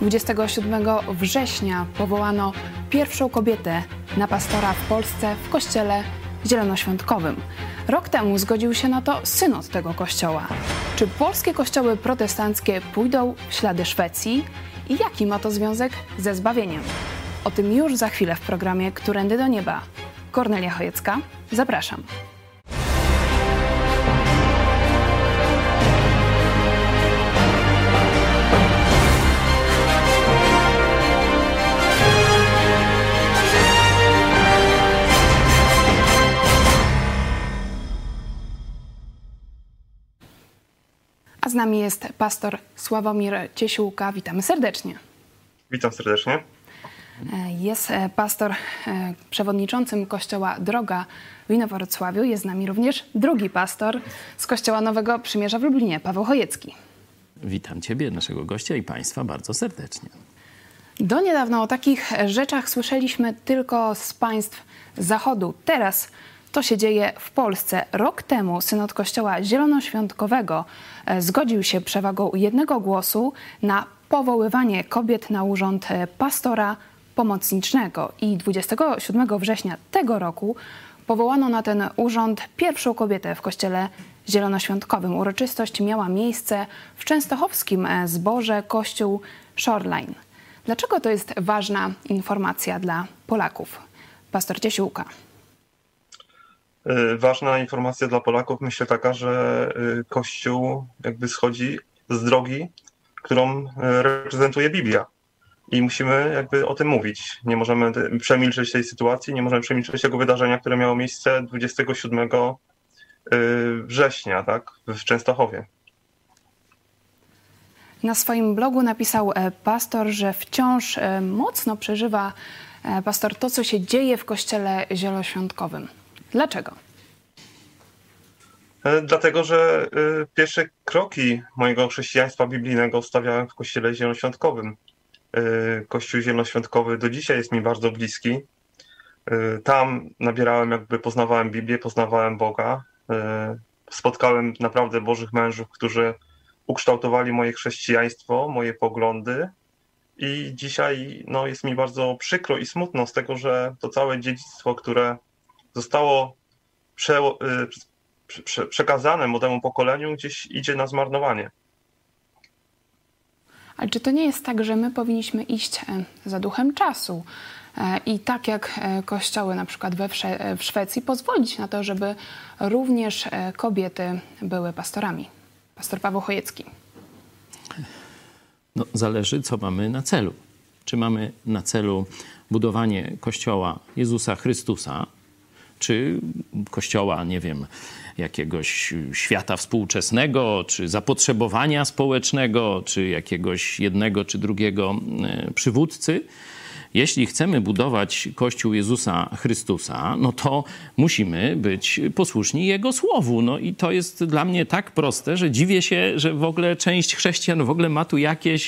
27 września powołano pierwszą kobietę na pastora w Polsce w kościele zielonoświątkowym. Rok temu zgodził się na to synod tego kościoła. Czy polskie kościoły protestanckie pójdą w ślady Szwecji i jaki ma to związek ze zbawieniem? O tym już za chwilę w programie Którędy do nieba. Kornelia Chojecka, zapraszam. A z nami jest pastor Sławomir Ciesiółka. Witamy serdecznie. Witam serdecznie. Jest pastor przewodniczącym kościoła Droga w Inowrocławiu. Jest z nami również drugi pastor z kościoła Nowego Przymierza w Lublinie, Paweł Chojecki. Witam Ciebie, naszego gościa i Państwa bardzo serdecznie. Do niedawna o takich rzeczach słyszeliśmy tylko z państw Zachodu. Teraz to się dzieje w Polsce. Rok temu synod Kościoła Zielonoświątkowego zgodził się przewagą jednego głosu na powoływanie kobiet na urząd pastora pomocniczego. I 27 września tego roku powołano na ten urząd pierwszą kobietę w Kościele Zielonoświątkowym. Uroczystość miała miejsce w częstochowskim zborze Kościół Shoreline. Dlaczego to jest ważna informacja dla Polaków? Pastor Ciesiółka. Ważna informacja dla Polaków, myślę taka, że Kościół jakby schodzi z drogi, którą reprezentuje Biblia. I musimy jakby o tym mówić. Nie możemy przemilczeć tej sytuacji, nie możemy przemilczeć tego wydarzenia, które miało miejsce 27 września, tak, w Częstochowie. Na swoim blogu napisał pastor, że wciąż mocno przeżywa pastor to, co się dzieje w Kościele Zielonoświątkowym. Dlaczego? Dlatego, że pierwsze kroki mojego chrześcijaństwa biblijnego stawiałem w Kościele Zielonoświątkowym. Kościół Zielonoświątkowy do dzisiaj jest mi bardzo bliski. Tam poznawałem Biblię, poznawałem Boga. Spotkałem naprawdę Bożych mężów, którzy ukształtowali moje chrześcijaństwo, moje poglądy. I dzisiaj jest mi bardzo przykro i smutno z tego, że to całe dziedzictwo, które zostało przekazane młodemu pokoleniu, gdzieś idzie na zmarnowanie. Ale czy to nie jest tak, że my powinniśmy iść za duchem czasu i tak jak kościoły na przykład w Szwecji pozwolić na to, żeby również kobiety były pastorami? Pastor Paweł Chojecki. Zależy, co mamy na celu. Czy mamy na celu budowanie Kościoła Jezusa Chrystusa, czy kościoła, jakiegoś świata współczesnego, czy zapotrzebowania społecznego, czy jakiegoś jednego czy drugiego przywódcy. Jeśli chcemy budować Kościół Jezusa Chrystusa, to musimy być posłuszni Jego Słowu. I to jest dla mnie tak proste, że dziwię się, że w ogóle część chrześcijan w ogóle ma tu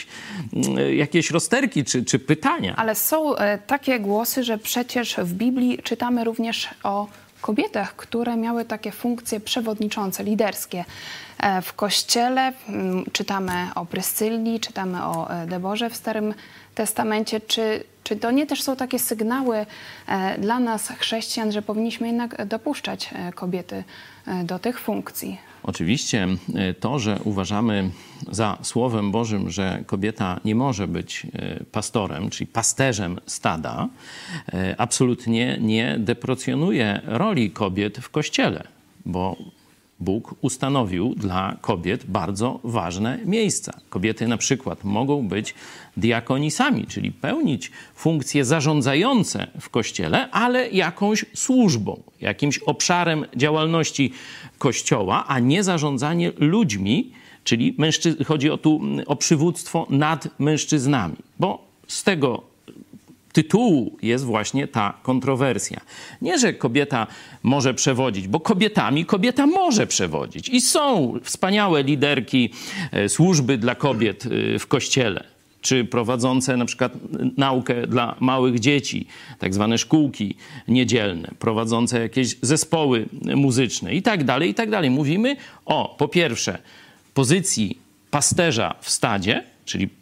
jakieś rozterki czy pytania. Ale są takie głosy, że przecież w Biblii czytamy również o kobietach, które miały takie funkcje przewodniczące, liderskie. W Kościele czytamy o Pryscylli, czytamy o Deborze w Starym Testamencie. Czy to nie też są takie sygnały dla nas, chrześcijan, że powinniśmy jednak dopuszczać kobiety do tych funkcji? Oczywiście to, że uważamy za Słowem Bożym, że kobieta nie może być pastorem, czyli pasterzem stada, absolutnie nie deprecjonuje roli kobiet w Kościele, bo Bóg ustanowił dla kobiet bardzo ważne miejsca. Kobiety na przykład mogą być diakonisami, czyli pełnić funkcje zarządzające w Kościele, ale jakąś służbą, jakimś obszarem działalności Kościoła, a nie zarządzanie ludźmi, czyli chodzi o przywództwo nad mężczyznami, bo z tego tytułu jest właśnie ta kontrowersja. Nie, że kobieta może przewodzić, bo kobietami kobieta może przewodzić. I są wspaniałe liderki służby dla kobiet w Kościele, czy prowadzące na przykład naukę dla małych dzieci, tak zwane szkółki niedzielne, prowadzące jakieś zespoły muzyczne i tak dalej, i tak dalej. Mówimy o, po pierwsze, pozycji pasterza w stadzie, czyli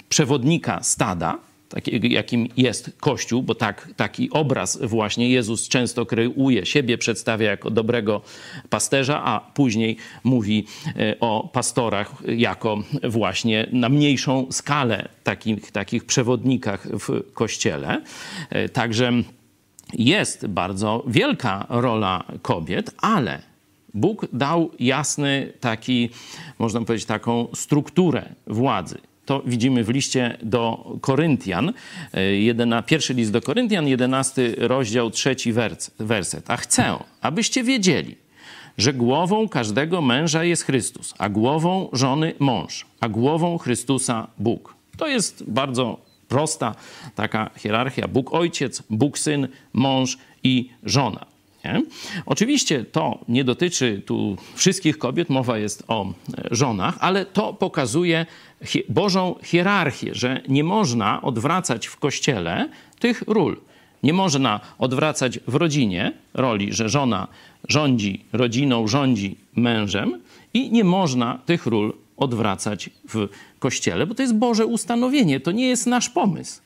przewodnika stada, jakim jest Kościół, bo taki obraz właśnie Jezus często kreuje siebie, przedstawia jako dobrego pasterza, a później mówi o pastorach jako właśnie na mniejszą skalę takich przewodnikach w Kościele. Także jest bardzo wielka rola kobiet, ale Bóg dał jasny można powiedzieć, taką strukturę władzy. To widzimy w liście do Koryntian, pierwszy list do Koryntian, 11 rozdział, 3 werset. A chcę, abyście wiedzieli, że głową każdego męża jest Chrystus, a głową żony mąż, a głową Chrystusa Bóg. To jest bardzo prosta taka hierarchia. Bóg Ojciec, Bóg Syn, mąż i żona. Nie? Oczywiście to nie dotyczy tu wszystkich kobiet, mowa jest o żonach, ale to pokazuje Bożą hierarchię, że nie można odwracać w Kościele tych ról. Nie można odwracać w rodzinie roli, że żona rządzi rodziną, rządzi mężem i nie można tych ról odwracać w Kościele, bo to jest Boże ustanowienie, to nie jest nasz pomysł.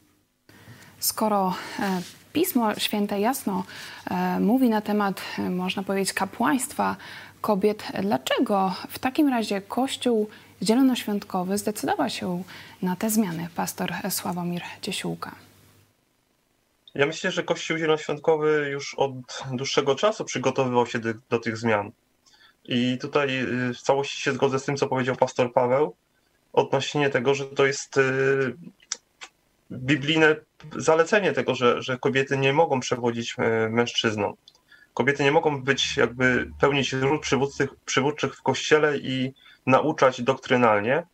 Skoro Pismo Święte jasno mówi na temat, można powiedzieć, kapłaństwa kobiet, dlaczego w takim razie Kościół zielonoświątkowy zdecydował się na te zmiany? Pastor Sławomir Ciesiółka. Ja myślę, że Kościół zielonoświątkowy już od dłuższego czasu przygotowywał się do tych zmian. I tutaj w całości się zgodzę z tym, co powiedział pastor Paweł odnośnie tego, że to jest biblijne zalecenie tego, że kobiety nie mogą przewodzić mężczyznom. Kobiety nie mogą pełnić ról przywódczych w Kościele i nauczać doktrynalnie.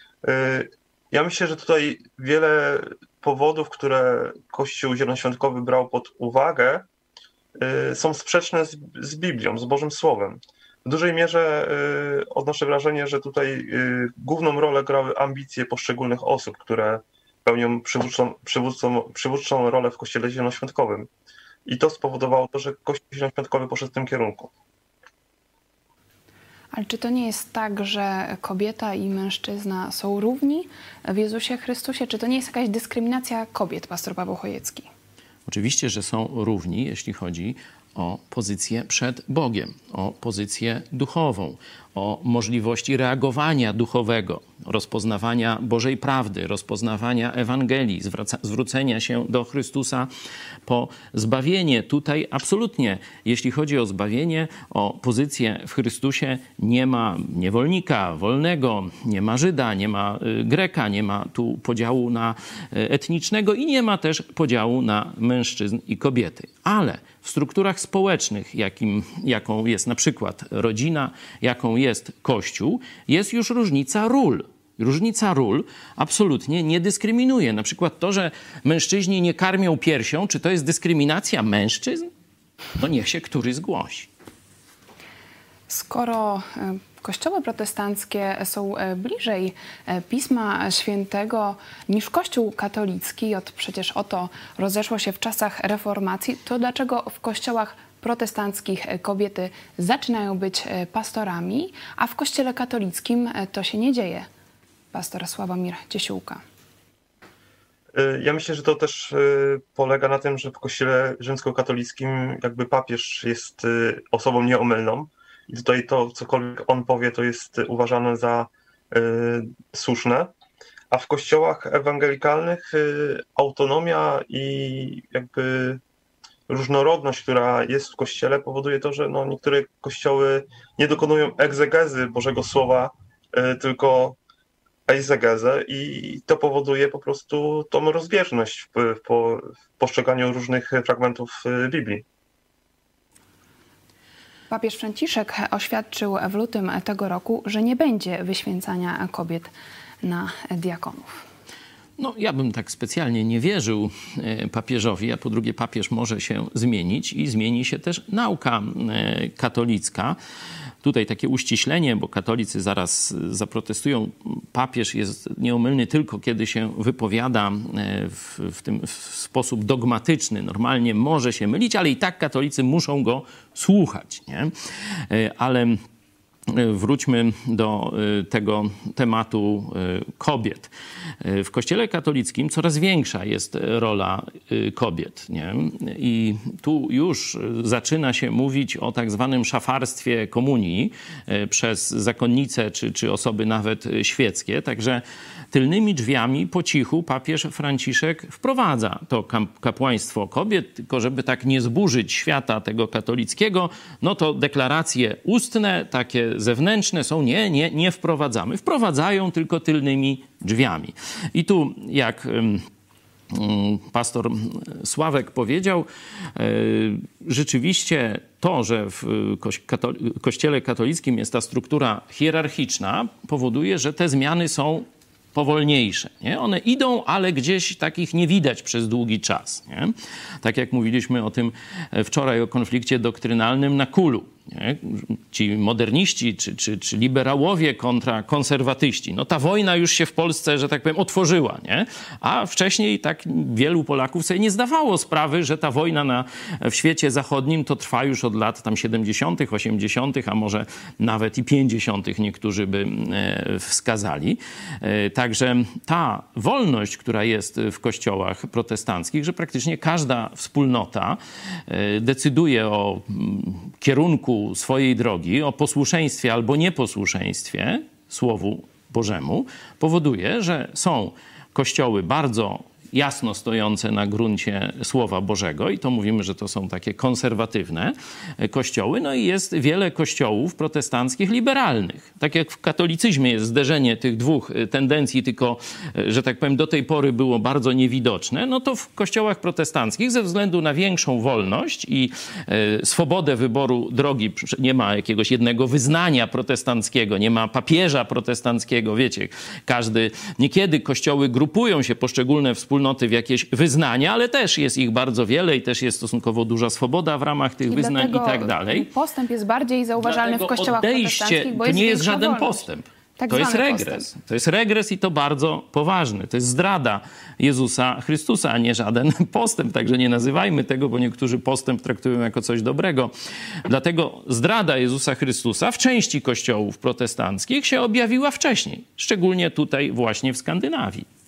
Ja myślę, że tutaj wiele powodów, które Kościół zielonoświątkowy brał pod uwagę, są sprzeczne z Biblią, z Bożym Słowem. W dużej mierze odnoszę wrażenie, że tutaj główną rolę grały ambicje poszczególnych osób, które pełnią przywódczą rolę w Kościele zielonoświątkowym. I to spowodowało to, że Kościół zielonoświątkowy poszedł w tym kierunku. Ale czy to nie jest tak, że kobieta i mężczyzna są równi w Jezusie Chrystusie? Czy to nie jest jakaś dyskryminacja kobiet, pastor Paweł Chojecki? Oczywiście, że są równi, jeśli chodzi o pozycję przed Bogiem, o pozycję duchową, o możliwości reagowania duchowego, rozpoznawania Bożej prawdy, rozpoznawania Ewangelii, zwrócenia się do Chrystusa po zbawienie. Tutaj absolutnie, jeśli chodzi o zbawienie, o pozycję w Chrystusie, nie ma niewolnika, wolnego, nie ma Żyda, nie ma Greka, nie ma tu podziału na etnicznego i nie ma też podziału na mężczyzn i kobiety. Ale w strukturach społecznych, jaką jest na przykład rodzina, jaką jest Kościół, jest już różnica ról. Różnica ról absolutnie nie dyskryminuje. Na przykład to, że mężczyźni nie karmią piersią, czy to jest dyskryminacja mężczyzn? No niech się któryś zgłosi. Skoro kościoły protestanckie są bliżej Pisma Świętego niż Kościół katolicki, przecież o to rozeszło się w czasach reformacji, to dlaczego w kościołach protestanckich kobiety zaczynają być pastorami, a w Kościele katolickim to się nie dzieje? Pastor Sławomir Ciesiółka. Ja myślę, że to też polega na tym, że w Kościele rzymskokatolickim papież jest osobą nieomylną i tutaj to, cokolwiek on powie, to jest uważane za słuszne, a w kościołach ewangelikalnych autonomia i różnorodność, która jest w Kościele, powoduje to, że niektóre kościoły nie dokonują egzegezy Bożego Słowa, tylko egzegezę i to powoduje po prostu tą rozbieżność w postrzeganiu różnych fragmentów Biblii. Papież Franciszek oświadczył w lutym tego roku, że nie będzie wyświęcania kobiet na diakonów. No, ja bym tak specjalnie nie wierzył papieżowi, a po drugie papież może się zmienić i zmieni się też nauka katolicka. Tutaj takie uściślenie, bo katolicy zaraz zaprotestują. Papież jest nieomylny tylko, kiedy się wypowiada w sposób dogmatyczny. Normalnie może się mylić, ale i tak katolicy muszą go słuchać, nie? Ale wróćmy do tego tematu kobiet. W Kościele katolickim coraz większa jest rola kobiet, nie? I tu już zaczyna się mówić o tak zwanym szafarstwie komunii przez zakonnice czy osoby nawet świeckie. Także tylnymi drzwiami po cichu papież Franciszek wprowadza to kapłaństwo kobiet, tylko żeby tak nie zburzyć świata tego katolickiego, no to deklaracje ustne, takie zewnętrzne są nie wprowadzamy. Wprowadzają tylko tylnymi drzwiami. I tu jak pastor Sławek powiedział, rzeczywiście to, że w Kościele katolickim jest ta struktura hierarchiczna, powoduje, że te zmiany są powolniejsze. Nie? One idą, ale gdzieś takich nie widać przez długi czas. Nie? Tak jak mówiliśmy o tym wczoraj, o konflikcie doktrynalnym na Kulu. Nie? Ci moderniści czy liberałowie kontra konserwatyści. No ta wojna już się w Polsce, że tak powiem, otworzyła. Nie? A wcześniej tak wielu Polaków sobie nie zdawało sprawy, że ta wojna w świecie zachodnim to trwa już od lat tam 70., 80., a może nawet i 50. niektórzy by wskazali. Także ta wolność, która jest w kościołach protestanckich, że praktycznie każda wspólnota decyduje o kierunku swojej drogi, o posłuszeństwie albo nieposłuszeństwie Słowu Bożemu, powoduje, że są kościoły bardzo jasno stojące na gruncie Słowa Bożego i to mówimy, że to są takie konserwatywne kościoły. No i jest wiele kościołów protestanckich liberalnych. Tak jak w katolicyzmie jest zderzenie tych dwóch tendencji, tylko, że tak powiem, do tej pory było bardzo niewidoczne, no to w kościołach protestanckich ze względu na większą wolność i swobodę wyboru drogi, nie ma jakiegoś jednego wyznania protestanckiego, nie ma papieża protestanckiego, wiecie, niekiedy kościoły grupują się, poszczególne wspólnoty w jakieś wyznania, ale też jest ich bardzo wiele i też jest stosunkowo duża swoboda w ramach tych wyznań i tak dalej. Postęp jest bardziej zauważalny w kościołach protestanckich, bo to nie jest większa żaden wolność. postęp. Tak To jest zwany regres. postęp. To jest regres i to bardzo poważny. To jest zdrada Jezusa Chrystusa, a nie żaden postęp. Także nie nazywajmy tego, bo niektórzy postęp traktują jako coś dobrego. Dlatego zdrada Jezusa Chrystusa w części kościołów protestanckich się objawiła wcześniej. Szczególnie tutaj właśnie w Skandynawii.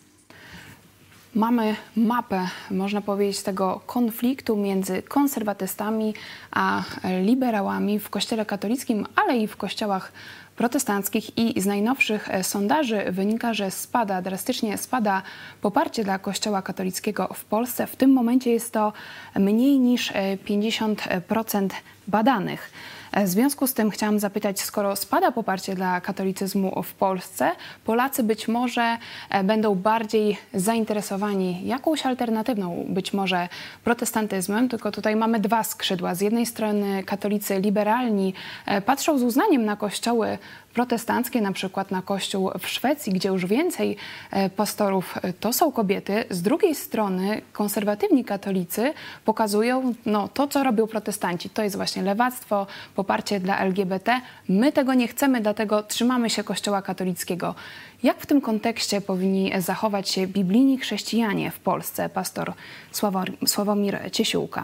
Mamy mapę, można powiedzieć, tego konfliktu między konserwatystami a liberałami w Kościele katolickim, ale i w kościołach protestanckich i z najnowszych sondaży wynika, że drastycznie spada poparcie dla Kościoła katolickiego w Polsce. W tym momencie jest to mniej niż 50% badanych. W związku z tym chciałam zapytać, skoro spada poparcie dla katolicyzmu w Polsce, Polacy być może będą bardziej zainteresowani jakąś alternatywną, być może protestantyzmem, tylko tutaj mamy dwa skrzydła. Z jednej strony katolicy liberalni patrzą z uznaniem na kościoły protestanckie, na przykład na kościół w Szwecji, gdzie już więcej pastorów to są kobiety. Z drugiej strony konserwatywni katolicy pokazują to, co robią protestanci. To jest właśnie lewactwo, poparcie dla LGBT. My tego nie chcemy, dlatego trzymamy się Kościoła katolickiego. Jak w tym kontekście powinni zachować się biblijni chrześcijanie w Polsce? Pastor Sławomir Ciesiółka.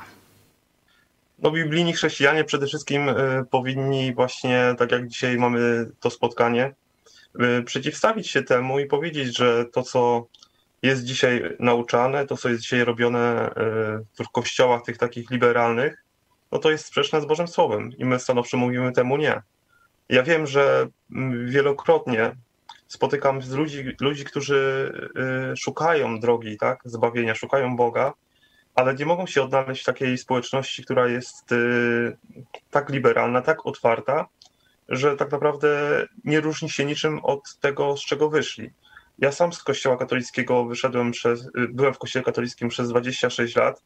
No, biblijni chrześcijanie przede wszystkim powinni właśnie, tak jak dzisiaj mamy to spotkanie, przeciwstawić się temu i powiedzieć, że to, co jest dzisiaj nauczane, to, co jest dzisiaj robione w kościołach tych takich liberalnych, no to jest sprzeczne z Bożym Słowem i my stanowczo mówimy temu nie. Ja wiem, że wielokrotnie spotykam z ludzi, którzy szukają drogi, tak, zbawienia, szukają Boga, ale nie mogą się odnaleźć w takiej społeczności, która jest tak liberalna, tak otwarta, że tak naprawdę nie różni się niczym od tego, z czego wyszli. Ja sam z Kościoła katolickiego byłem w Kościele katolickim przez 26 lat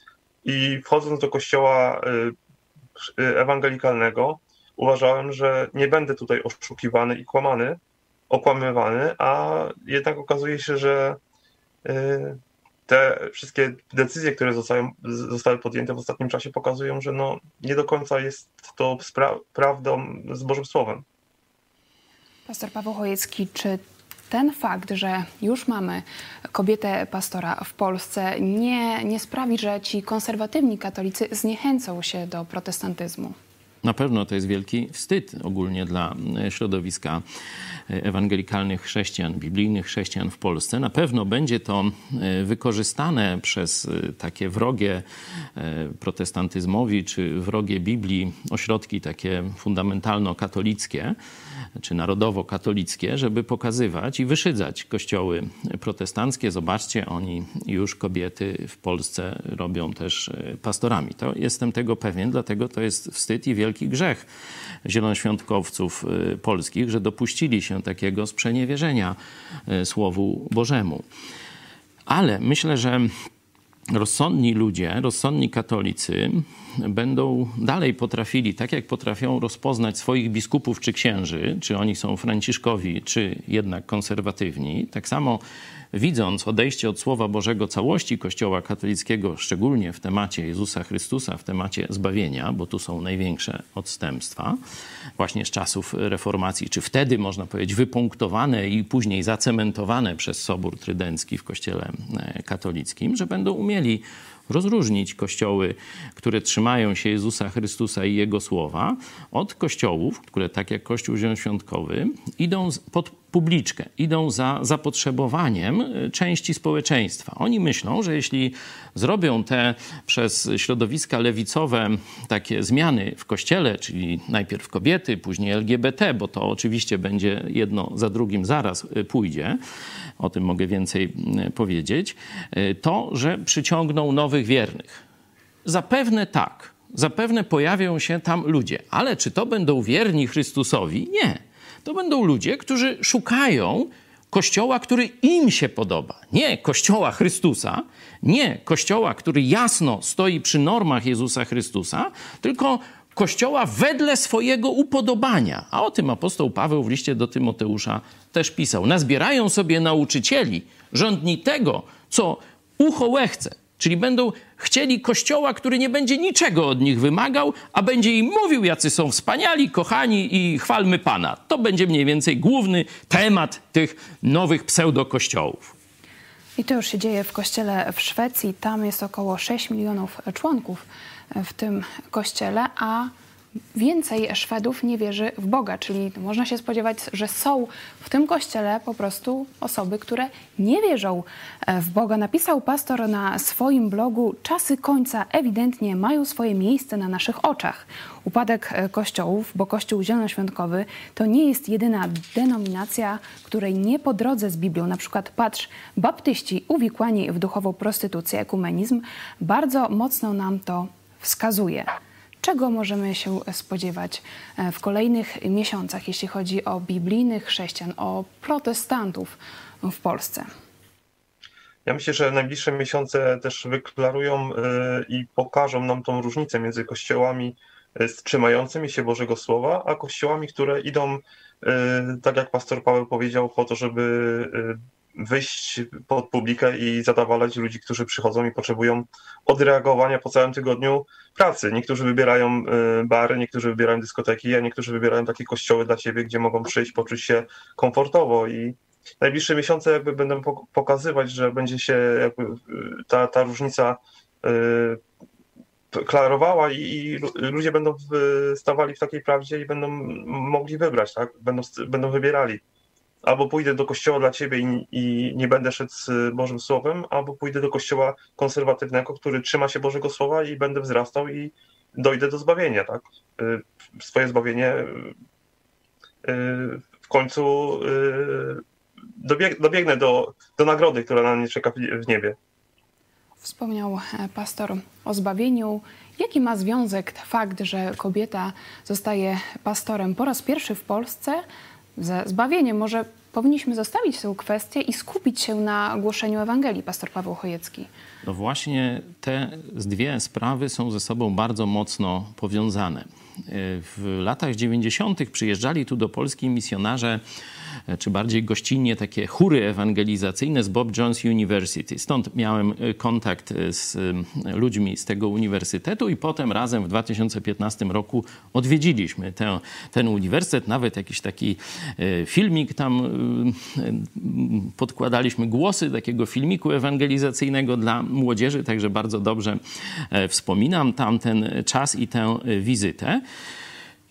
i wchodząc do Kościoła ewangelikalnego uważałem, że nie będę tutaj oszukiwany i okłamywany, a jednak okazuje się, że te wszystkie decyzje, które zostały podjęte w ostatnim czasie, pokazują, że nie do końca jest to prawdą z Bożym Słowem. Pastor Paweł Chojecki, czy ten fakt, że już mamy kobietę pastora w Polsce, nie sprawi, że ci konserwatywni katolicy zniechęcą się do protestantyzmu? Na pewno to jest wielki wstyd ogólnie dla środowiska ewangelikalnych chrześcijan, biblijnych chrześcijan w Polsce. Na pewno będzie to wykorzystane przez takie wrogie protestantyzmowi czy wrogie Biblii ośrodki takie fundamentalno-katolickie czy narodowo-katolickie, żeby pokazywać i wyszydzać kościoły protestanckie. Zobaczcie, oni już kobiety w Polsce robią też pastorami. To jestem tego pewien, dlatego to jest wstyd i wielki grzech zielonoświątkowców polskich, że dopuścili się takiego sprzeniewierzenia Słowu Bożemu. Ale myślę, że rozsądni ludzie, rozsądni katolicy będą dalej potrafili, tak jak potrafią rozpoznać swoich biskupów czy księży, czy oni są franciszkowi, czy jednak konserwatywni, tak samo widząc odejście od Słowa Bożego całości Kościoła katolickiego, szczególnie w temacie Jezusa Chrystusa, w temacie zbawienia, bo tu są największe odstępstwa, właśnie z czasów reformacji, czy wtedy, można powiedzieć, wypunktowane i później zacementowane przez Sobór Trydencki w Kościele katolickim, że będą umieli rozróżnić kościoły, które trzymają się Jezusa Chrystusa i Jego Słowa, od kościołów, które tak jak Kościół Zielonoświątkowy idą pod publiczkę, idą za zapotrzebowaniem części społeczeństwa. Oni myślą, że jeśli zrobią te przez środowiska lewicowe takie zmiany w Kościele, czyli najpierw kobiety, później LGBT, bo to oczywiście będzie jedno za drugim zaraz pójdzie, o tym mogę więcej powiedzieć, to, że przyciągną nowych wiernych. Zapewne tak. Zapewne pojawią się tam ludzie. Ale czy to będą wierni Chrystusowi? Nie. To będą ludzie, którzy szukają Kościoła, który im się podoba. Nie Kościoła Chrystusa, nie Kościoła, który jasno stoi przy normach Jezusa Chrystusa, tylko Kościoła wedle swojego upodobania. A o tym apostoł Paweł w liście do Tymoteusza też pisał. Nazbierają sobie nauczycieli żądni tego, co ucho łechce. Czyli będą chcieli Kościoła, który nie będzie niczego od nich wymagał, a będzie im mówił, jacy są wspaniali, kochani i chwalmy Pana. To będzie mniej więcej główny temat tych nowych pseudokościołów. I to już się dzieje w kościele w Szwecji. Tam jest około 6 milionów członków w tym kościele, a więcej Szwedów nie wierzy w Boga, czyli można się spodziewać, że są w tym kościele po prostu osoby, które nie wierzą w Boga. Napisał pastor na swoim blogu: czasy końca ewidentnie mają swoje miejsce na naszych oczach. Upadek kościołów, bo Kościół Zielonoświątkowy to nie jest jedyna denominacja, której nie po drodze z Biblią. Na przykład patrz, baptyści uwikłani w duchową prostytucję, ekumenizm, bardzo mocno nam to wskazuje. Czego możemy się spodziewać w kolejnych miesiącach, jeśli chodzi o biblijnych chrześcijan, o protestantów w Polsce? Ja myślę, że najbliższe miesiące też wyklarują i pokażą nam tą różnicę między kościołami trzymającymi się Bożego Słowa, a kościołami, które idą, tak jak pastor Paweł powiedział, po to, żeby wyjść pod publikę i zadowalać ludzi, którzy przychodzą i potrzebują odreagowania po całym tygodniu pracy. Niektórzy wybierają bary, niektórzy wybierają dyskoteki, a niektórzy wybierają takie kościoły dla siebie, gdzie mogą przyjść, poczuć się komfortowo. I najbliższe miesiące jakby będą pokazywać, że będzie się jakby ta różnica klarowała i ludzie będą stawali w takiej prawdzie i będą mogli wybrać, tak? Będą wybierali. Albo pójdę do kościoła dla ciebie i nie będę szedł z Bożym Słowem, albo pójdę do kościoła konserwatywnego, który trzyma się Bożego Słowa i będę wzrastał i dojdę do zbawienia, tak? Swoje zbawienie w końcu dobiegnę do nagrody, która na mnie czeka w niebie. Wspomniał pastor o zbawieniu. Jaki ma związek fakt, że kobieta zostaje pastorem po raz pierwszy w Polsce ze zbawieniem? Może powinniśmy zostawić tę kwestię i skupić się na głoszeniu Ewangelii, pastor Paweł Chojecki? No właśnie te dwie sprawy są ze sobą bardzo mocno powiązane. W latach 90. przyjeżdżali tu do Polski misjonarze, czy bardziej gościnnie takie chóry ewangelizacyjne z Bob Jones University. Stąd miałem kontakt z ludźmi z tego uniwersytetu i potem razem w 2015 roku odwiedziliśmy ten uniwersytet. Nawet jakiś taki filmik tam podkładaliśmy, głosy takiego filmiku ewangelizacyjnego dla młodzieży, także bardzo dobrze wspominam tamten czas i tę wizytę.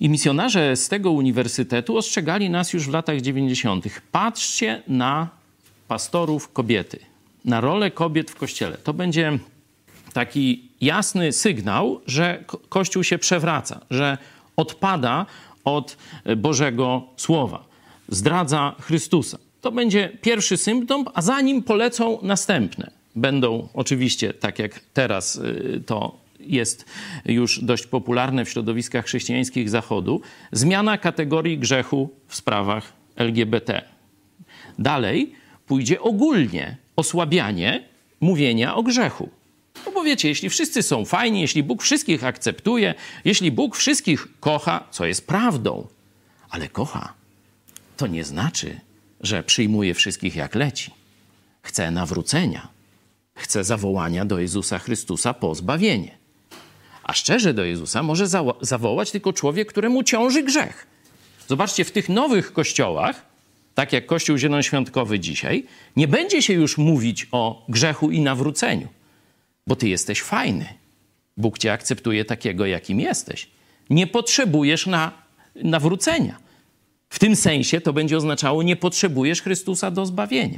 I misjonarze z tego uniwersytetu ostrzegali nas już w latach 90. Patrzcie na pastorów kobiety, na rolę kobiet w Kościele. To będzie taki jasny sygnał, że Kościół się przewraca, że odpada od Bożego Słowa, zdradza Chrystusa. To będzie pierwszy symptom, a za nim polecą następne. Będą oczywiście, tak jak teraz to jest już dość popularne w środowiskach chrześcijańskich Zachodu, zmiana kategorii grzechu w sprawach LGBT. Dalej pójdzie ogólnie osłabianie mówienia o grzechu. No bo wiecie, jeśli wszyscy są fajni, jeśli Bóg wszystkich akceptuje, jeśli Bóg wszystkich kocha, co jest prawdą, ale kocha, to nie znaczy, że przyjmuje wszystkich jak leci. Chce nawrócenia, chce zawołania do Jezusa Chrystusa po zbawienie. A szczerze do Jezusa może zawołać tylko człowiek, któremu ciąży grzech. Zobaczcie, w tych nowych kościołach, tak jak Kościół Zielonoświątkowy dzisiaj, nie będzie się już mówić o grzechu i nawróceniu, bo ty jesteś fajny. Bóg cię akceptuje takiego, jakim jesteś. Nie potrzebujesz nawrócenia. W tym sensie to będzie oznaczało, nie potrzebujesz Chrystusa do zbawienia.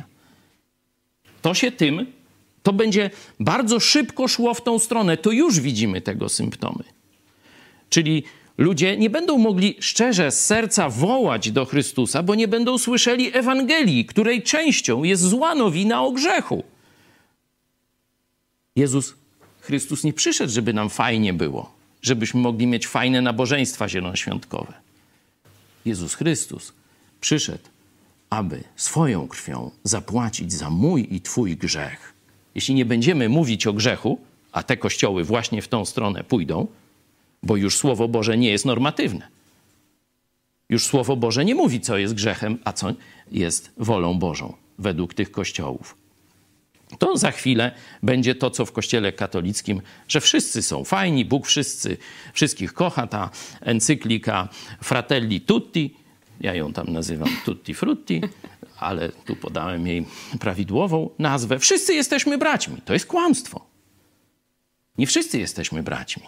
To będzie bardzo szybko szło w tą stronę. To już widzimy tego symptomy. Czyli ludzie nie będą mogli szczerze z serca wołać do Chrystusa, bo nie będą słyszeli Ewangelii, której częścią jest zła nowina o grzechu. Jezus Chrystus nie przyszedł, żeby nam fajnie było, żebyśmy mogli mieć fajne nabożeństwa zielonoświątkowe. Jezus Chrystus przyszedł, aby swoją krwią zapłacić za mój i twój grzech. Jeśli nie będziemy mówić o grzechu, a te kościoły właśnie w tą stronę pójdą, bo już Słowo Boże nie jest normatywne. Już Słowo Boże nie mówi, co jest grzechem, a co jest wolą Bożą według tych kościołów. To za chwilę będzie to, co w Kościele katolickim, że wszyscy są fajni, Bóg wszystkich kocha, ta encyklika Fratelli Tutti, ja ją tam nazywam Tutti Frutti, ale tu podałem jej prawidłową nazwę. Wszyscy jesteśmy braćmi. To jest kłamstwo. Nie wszyscy jesteśmy braćmi.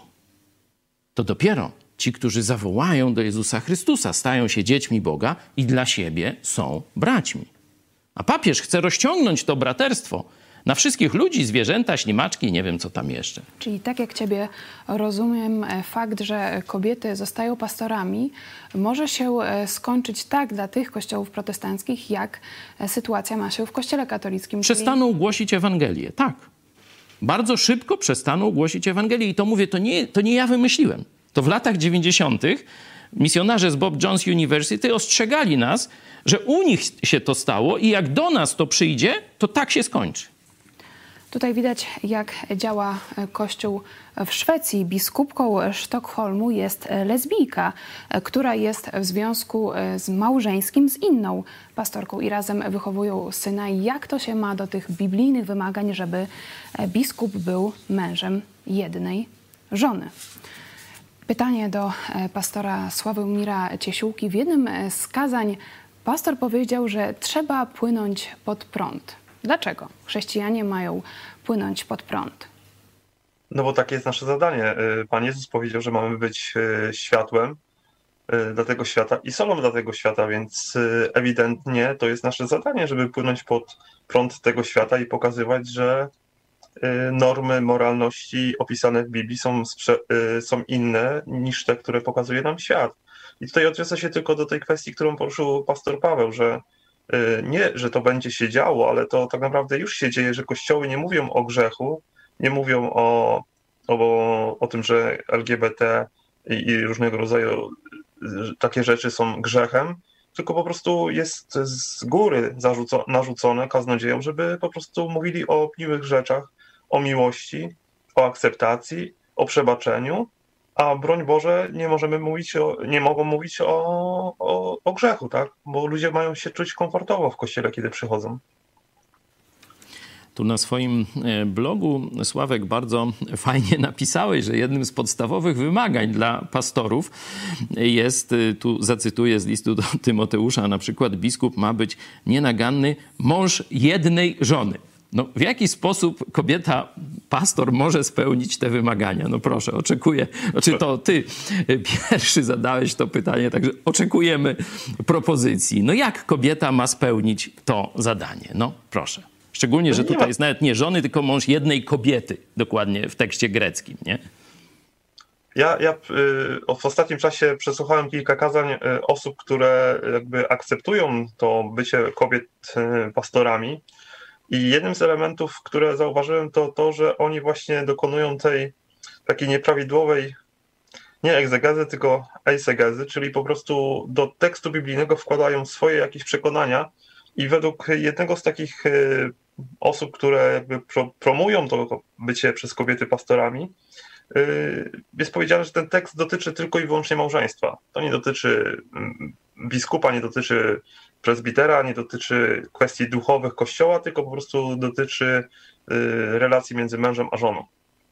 To dopiero ci, którzy zawołają do Jezusa Chrystusa, stają się dziećmi Boga i dla siebie są braćmi. A papież chce rozciągnąć to braterstwo na wszystkich ludzi, zwierzęta, ślimaczki, nie wiem co tam jeszcze. Czyli tak jak ciebie rozumiem, fakt, że kobiety zostają pastorami, może się skończyć tak dla tych kościołów protestanckich, jak sytuacja ma się w Kościele katolickim. Przestaną głosić Ewangelię, tak. Bardzo szybko przestaną głosić Ewangelię. I to mówię, to nie ja wymyśliłem. To w latach 90. misjonarze z Bob Jones University ostrzegali nas, że u nich się to stało i jak do nas to przyjdzie, to tak się skończy. Tutaj widać, jak działa Kościół w Szwecji. Biskupką Sztokholmu jest lesbijka, która jest w związku małżeńskim z inną pastorką i razem wychowują syna. Jak to się ma do tych biblijnych wymagań, żeby biskup był mężem jednej żony? Pytanie do pastora Sławomira Ciesiółki. W jednym z kazań pastor powiedział, że trzeba płynąć pod prąd. Dlaczego chrześcijanie mają płynąć pod prąd? No bo takie jest nasze zadanie. Pan Jezus powiedział, że mamy być światłem dla tego świata i solą dla tego świata, więc ewidentnie to jest nasze zadanie, żeby płynąć pod prąd tego świata i pokazywać, że normy moralności opisane w Biblii są inne niż te, które pokazuje nam świat. I tutaj odniosę się tylko do tej kwestii, którą poruszył pastor Paweł, że nie, że to będzie się działo, ale to tak naprawdę już się dzieje, że kościoły nie mówią o grzechu, nie mówią o tym, że LGBT i różnego rodzaju takie rzeczy są grzechem, tylko po prostu jest z góry narzucone kaznodziejom, żeby po prostu mówili o miłych rzeczach, o miłości, o akceptacji, o przebaczeniu, a broń Boże nie mogą mówić o grzechu, tak? Bo ludzie mają się czuć komfortowo w kościele, kiedy przychodzą. Tu na swoim blogu, Sławek, bardzo fajnie napisałeś, że jednym z podstawowych wymagań dla pastorów jest, tu zacytuję z listu do Tymoteusza, na przykład biskup ma być nienaganny mąż jednej żony. No, w jaki sposób kobieta, pastor może spełnić te wymagania? No proszę, oczekuję. Znaczy to ty pierwszy zadałeś to pytanie, także oczekujemy propozycji. No jak kobieta ma spełnić to zadanie? No proszę. Szczególnie, że tutaj jest nawet nie żony, tylko mąż jednej kobiety, dokładnie w tekście greckim, nie? Ja w ostatnim czasie przesłuchałem kilka kazań osób, które jakby akceptują to bycie kobiet pastorami. I jednym z elementów, które zauważyłem, to to, że oni właśnie dokonują tej takiej nieprawidłowej, nie egzegezy, tylko eisegezy, czyli po prostu do tekstu biblijnego wkładają swoje jakieś przekonania i według jednego z takich osób, które jakby promują to bycie przez kobiety pastorami, jest powiedziane, że ten tekst dotyczy tylko i wyłącznie małżeństwa. To nie dotyczy biskupa, nie dotyczy prezbitera, nie dotyczy kwestii duchowych Kościoła, tylko po prostu dotyczy relacji między mężem a żoną.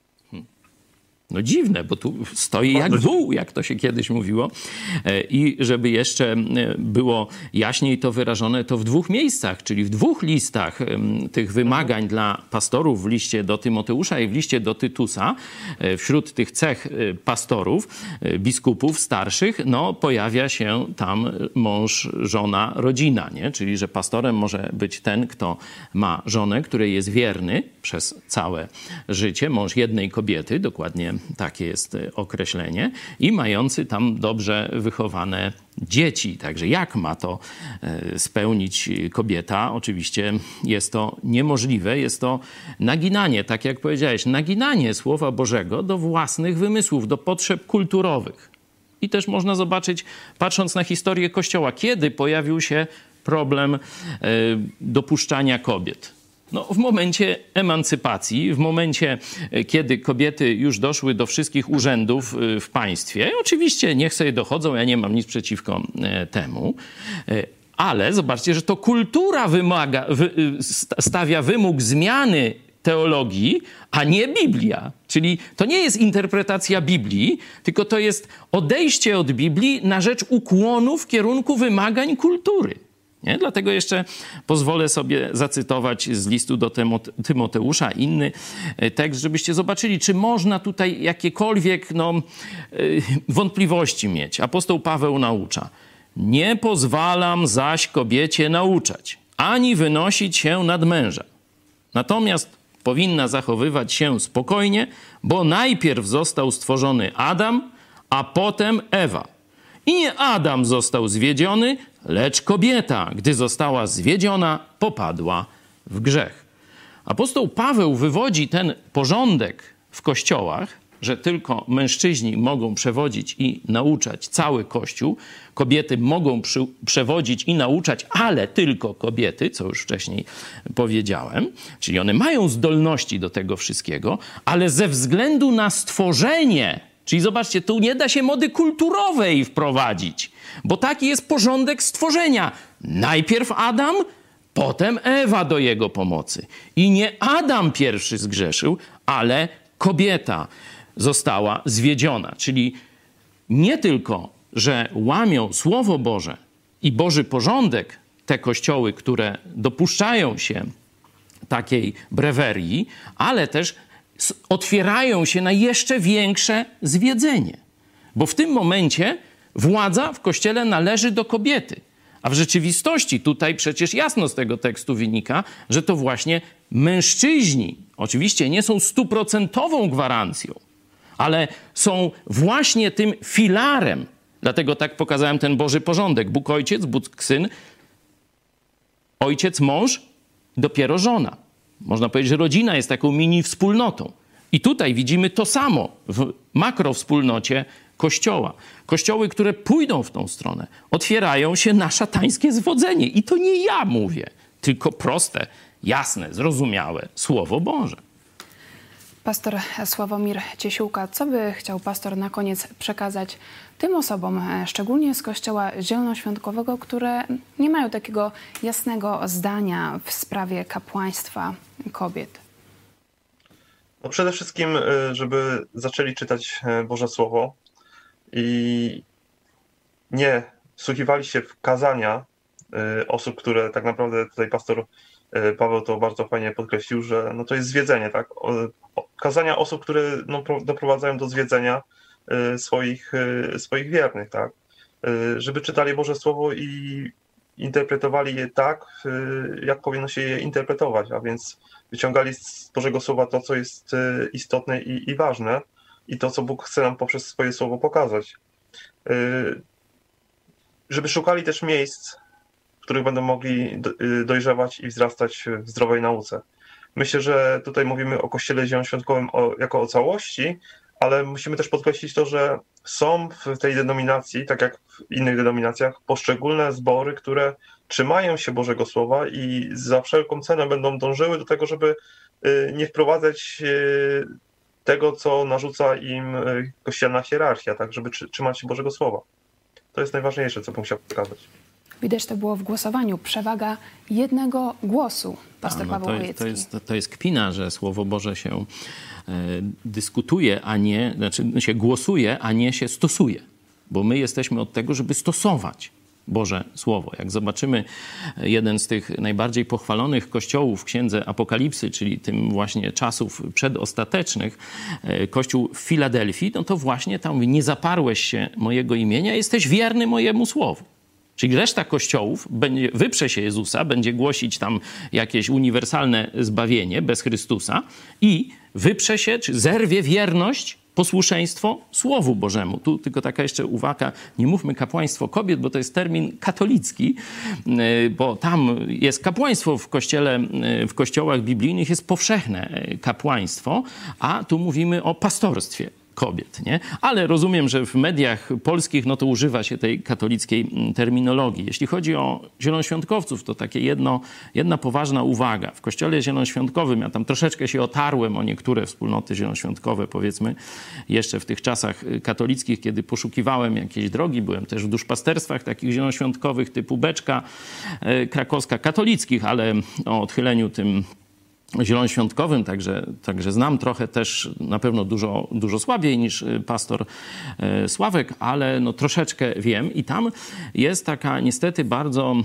No dziwne, bo tu stoi jak wół, jak to się kiedyś mówiło. I żeby jeszcze było jaśniej to wyrażone, to w dwóch miejscach, czyli w dwóch listach tych wymagań dla pastorów, w liście do Tymoteusza i w liście do Tytusa, wśród tych cech pastorów, biskupów starszych, no pojawia się tam mąż, żona, rodzina, nie? Czyli że pastorem może być ten, kto ma żonę, której jest wierny przez całe życie, mąż jednej kobiety, dokładnie takie jest określenie, i mający tam dobrze wychowane dzieci. Także jak ma to spełnić kobieta? Oczywiście jest to niemożliwe, jest to naginanie, tak jak powiedziałeś, naginanie Słowa Bożego do własnych wymysłów, do potrzeb kulturowych. I też można zobaczyć, patrząc na historię Kościoła, kiedy pojawił się problem dopuszczania kobiet. No, w momencie emancypacji, w momencie, kiedy kobiety już doszły do wszystkich urzędów w państwie. Oczywiście niech sobie dochodzą, ja nie mam nic przeciwko temu, ale zobaczcie, że to kultura stawia wymóg zmiany teologii, a nie Biblia. Czyli to nie jest interpretacja Biblii, tylko to jest odejście od Biblii na rzecz ukłonu w kierunku wymagań kultury. Nie? Dlatego jeszcze pozwolę sobie zacytować z listu do Tymoteusza inny tekst, żebyście zobaczyli, czy można tutaj jakiekolwiek wątpliwości mieć. Apostoł Paweł naucza: nie pozwalam zaś kobiecie nauczać, ani wynosić się nad męża. Natomiast powinna zachowywać się spokojnie, bo najpierw został stworzony Adam, a potem Ewa. I nie Adam został zwiedziony, lecz kobieta, gdy została zwiedziona, popadła w grzech. Apostoł Paweł wywodzi ten porządek w kościołach, że tylko mężczyźni mogą przewodzić i nauczać cały Kościół. Kobiety mogą przewodzić i nauczać, ale tylko kobiety, co już wcześniej powiedziałem. Czyli one mają zdolności do tego wszystkiego, ale ze względu na stworzenie, czyli zobaczcie, tu nie da się mody kulturowej wprowadzić, bo taki jest porządek stworzenia. Najpierw Adam, potem Ewa do jego pomocy. I nie Adam pierwszy zgrzeszył, ale kobieta została zwiedziona. Czyli nie tylko, że łamią Słowo Boże i Boży porządek te kościoły, które dopuszczają się takiej brewerii, ale też otwierają się na jeszcze większe zwiedzenie. Bo w tym momencie władza w Kościele należy do kobiety. A w rzeczywistości tutaj przecież jasno z tego tekstu wynika, że to właśnie mężczyźni oczywiście nie są 100% gwarancją, ale są właśnie tym filarem. Dlatego tak pokazałem ten Boży porządek. Bóg Ojciec, Bóg Syn, Ojciec, mąż, dopiero żona. Można powiedzieć, że rodzina jest taką mini wspólnotą. I tutaj widzimy to samo w makrowspólnocie Kościoła. Kościoły, które pójdą w tą stronę, otwierają się na szatańskie zwodzenie. I to nie ja mówię, tylko proste, jasne, zrozumiałe Słowo Boże. Pastor Sławomir Ciesiłka, co by chciał pastor na koniec przekazać tym osobom, szczególnie z Kościoła Zielonoświątkowego, które nie mają takiego jasnego zdania w sprawie kapłaństwa kobiet? No przede wszystkim, żeby zaczęli czytać Boże Słowo i nie wsłuchiwali się w kazania osób, które tak naprawdę tutaj pastor Paweł to bardzo fajnie podkreślił, że no to jest zwiedzenie, tak? Kazania osób, które no, doprowadzają do zwiedzenia swoich wiernych, tak? Żeby czytali Boże Słowo i interpretowali je tak, jak powinno się je interpretować, a więc wyciągali z Bożego Słowa to, co jest istotne i ważne i to, co Bóg chce nam poprzez swoje Słowo pokazać. Żeby szukali też miejsc, w których będą mogli dojrzewać i wzrastać w zdrowej nauce. Myślę, że tutaj mówimy o Kościele Zielonoświątkowym jako o całości, ale musimy też podkreślić to, że są w tej denominacji, tak jak w innych denominacjach, poszczególne zbory, które trzymają się Bożego Słowa i za wszelką cenę będą dążyły do tego, żeby nie wprowadzać tego, co narzuca im kościelna hierarchia, tak, żeby trzymać się Bożego Słowa. To jest najważniejsze, co bym chciał pokazać. Widać to było w głosowaniu. Przewaga jednego głosu. Pastor Paweł Chojecki. To jest kpina, że Słowo Boże się dyskutuje, a nie, znaczy się głosuje, a nie się stosuje. Bo my jesteśmy od tego, żeby stosować Boże Słowo. Jak zobaczymy jeden z tych najbardziej pochwalonych kościołów w Księdze Apokalipsy, czyli tym właśnie czasów przedostatecznych, kościół w Filadelfii, no to właśnie tam mówi, nie zaparłeś się mojego imienia, jesteś wierny mojemu słowu. Czyli reszta kościołów wyprze się Jezusa, będzie głosić tam jakieś uniwersalne zbawienie bez Chrystusa i wyprze się, czy zerwie wierność, posłuszeństwo Słowu Bożemu. Tu tylko taka jeszcze uwaga, nie mówmy kapłaństwo kobiet, bo to jest termin katolicki, bo tam jest kapłaństwo w kościołach biblijnych, jest powszechne kapłaństwo, a tu mówimy o pastorstwie kobiet, nie? Ale rozumiem, że w mediach polskich no to używa się tej katolickiej terminologii. Jeśli chodzi o zielonoświątkowców, to takie jedna poważna uwaga. W Kościele Zielonoświątkowym, ja tam troszeczkę się otarłem o niektóre wspólnoty zielonoświątkowe, powiedzmy, jeszcze w tych czasach katolickich, kiedy poszukiwałem jakiejś drogi, byłem też w duszpasterstwach takich zielonoświątkowych typu Beczka Krakowska, katolickich, ale o odchyleniu tym zielonoświątkowym, także znam trochę też na pewno dużo słabiej niż pastor Sławek, ale no troszeczkę wiem i tam jest taka niestety bardzo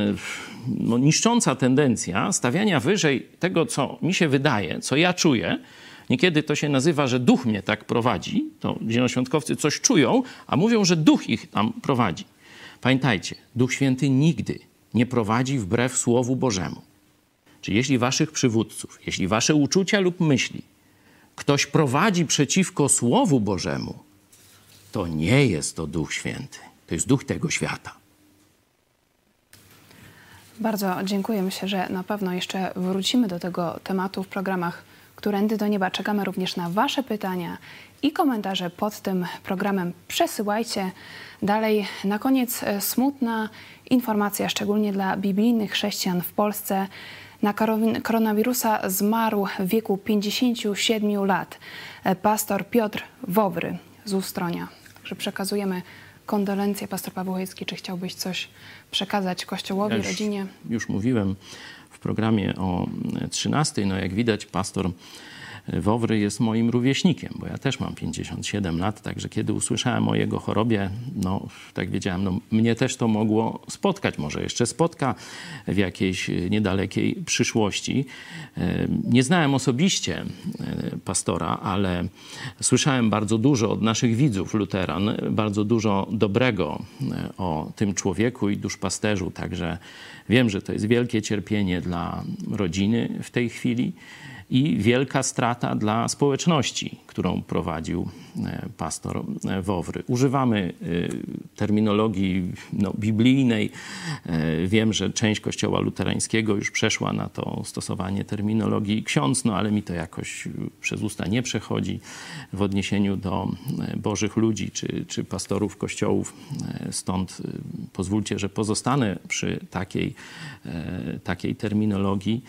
niszcząca tendencja stawiania wyżej tego, co mi się wydaje, co ja czuję. Niekiedy to się nazywa, że duch mnie tak prowadzi, to zielonoświątkowcy coś czują, a mówią, że duch ich tam prowadzi. Pamiętajcie, Duch Święty nigdy nie prowadzi wbrew Słowu Bożemu. Czy jeśli waszych przywódców, jeśli wasze uczucia lub myśli ktoś prowadzi przeciwko Słowu Bożemu, to nie jest to Duch Święty. To jest duch tego świata. Bardzo dziękuję. Myślę, że na pewno jeszcze wrócimy do tego tematu w programach Którędy do Nieba. Czekamy również na wasze pytania i komentarze pod tym programem. Przesyłajcie. Dalej, na koniec smutna informacja, szczególnie dla biblijnych chrześcijan w Polsce. Na koronawirusa zmarł w wieku 57 lat pastor Piotr Wowry z Ustronia. Także przekazujemy kondolencje. Pastor Paweł Chojecki, czy chciałbyś coś przekazać Kościołowi, rodzinie? Już mówiłem w programie o 13. No jak widać, pastor Wowry jest moim rówieśnikiem, bo ja też mam 57 lat, także kiedy usłyszałem o jego chorobie, no tak wiedziałem, no mnie też to mogło spotkać, może jeszcze spotka w jakiejś niedalekiej przyszłości. Nie znałem osobiście pastora, ale słyszałem bardzo dużo od naszych widzów luteran, bardzo dużo dobrego o tym człowieku i duszpasterzu, także wiem, że to jest wielkie cierpienie dla rodziny w tej chwili i wielka strata dla społeczności, którą prowadził pastor Wowry. Używamy terminologii biblijnej. Wiem, że część Kościoła luterańskiego już przeszła na to stosowanie terminologii ksiądz, no ale mi to jakoś przez usta nie przechodzi w odniesieniu do bożych ludzi czy pastorów kościołów. Stąd pozwólcie, że pozostanę przy takiej terminologii.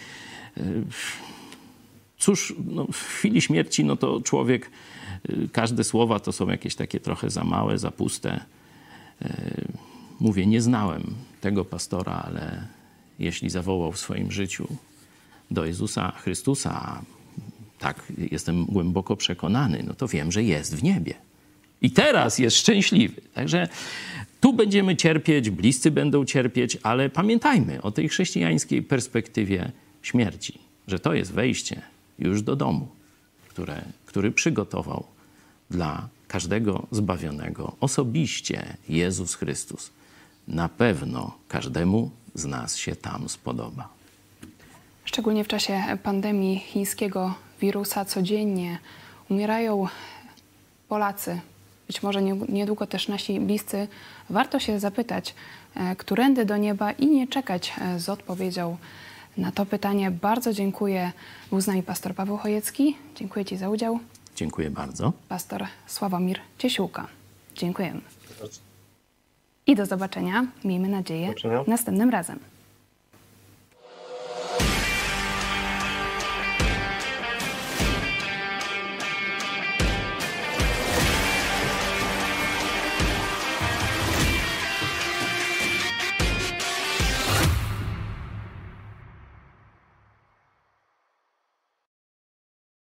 Cóż, no, w chwili śmierci, no to człowiek, każde słowa to są jakieś takie trochę za małe, za puste. Mówię, nie znałem tego pastora, ale jeśli zawołał w swoim życiu do Jezusa Chrystusa, a tak jestem głęboko przekonany, no to wiem, że jest w niebie. I teraz jest szczęśliwy. Także tu będziemy cierpieć, bliscy będą cierpieć, ale pamiętajmy o tej chrześcijańskiej perspektywie śmierci, że to jest wejście już do domu, który przygotował dla każdego zbawionego osobiście Jezus Chrystus. Na pewno każdemu z nas się tam spodoba. Szczególnie w czasie pandemii chińskiego wirusa codziennie umierają Polacy, być może niedługo też nasi bliscy. Warto się zapytać, którędy do nieba i nie czekać z odpowiedzią na to pytanie. Bardzo dziękuję. Był z nami pastor Paweł Chojecki. Dziękuję Ci za udział. Dziękuję bardzo. Pastor Sławomir Ciesiłka. Dziękujemy. I do zobaczenia, miejmy nadzieję, następnym razem.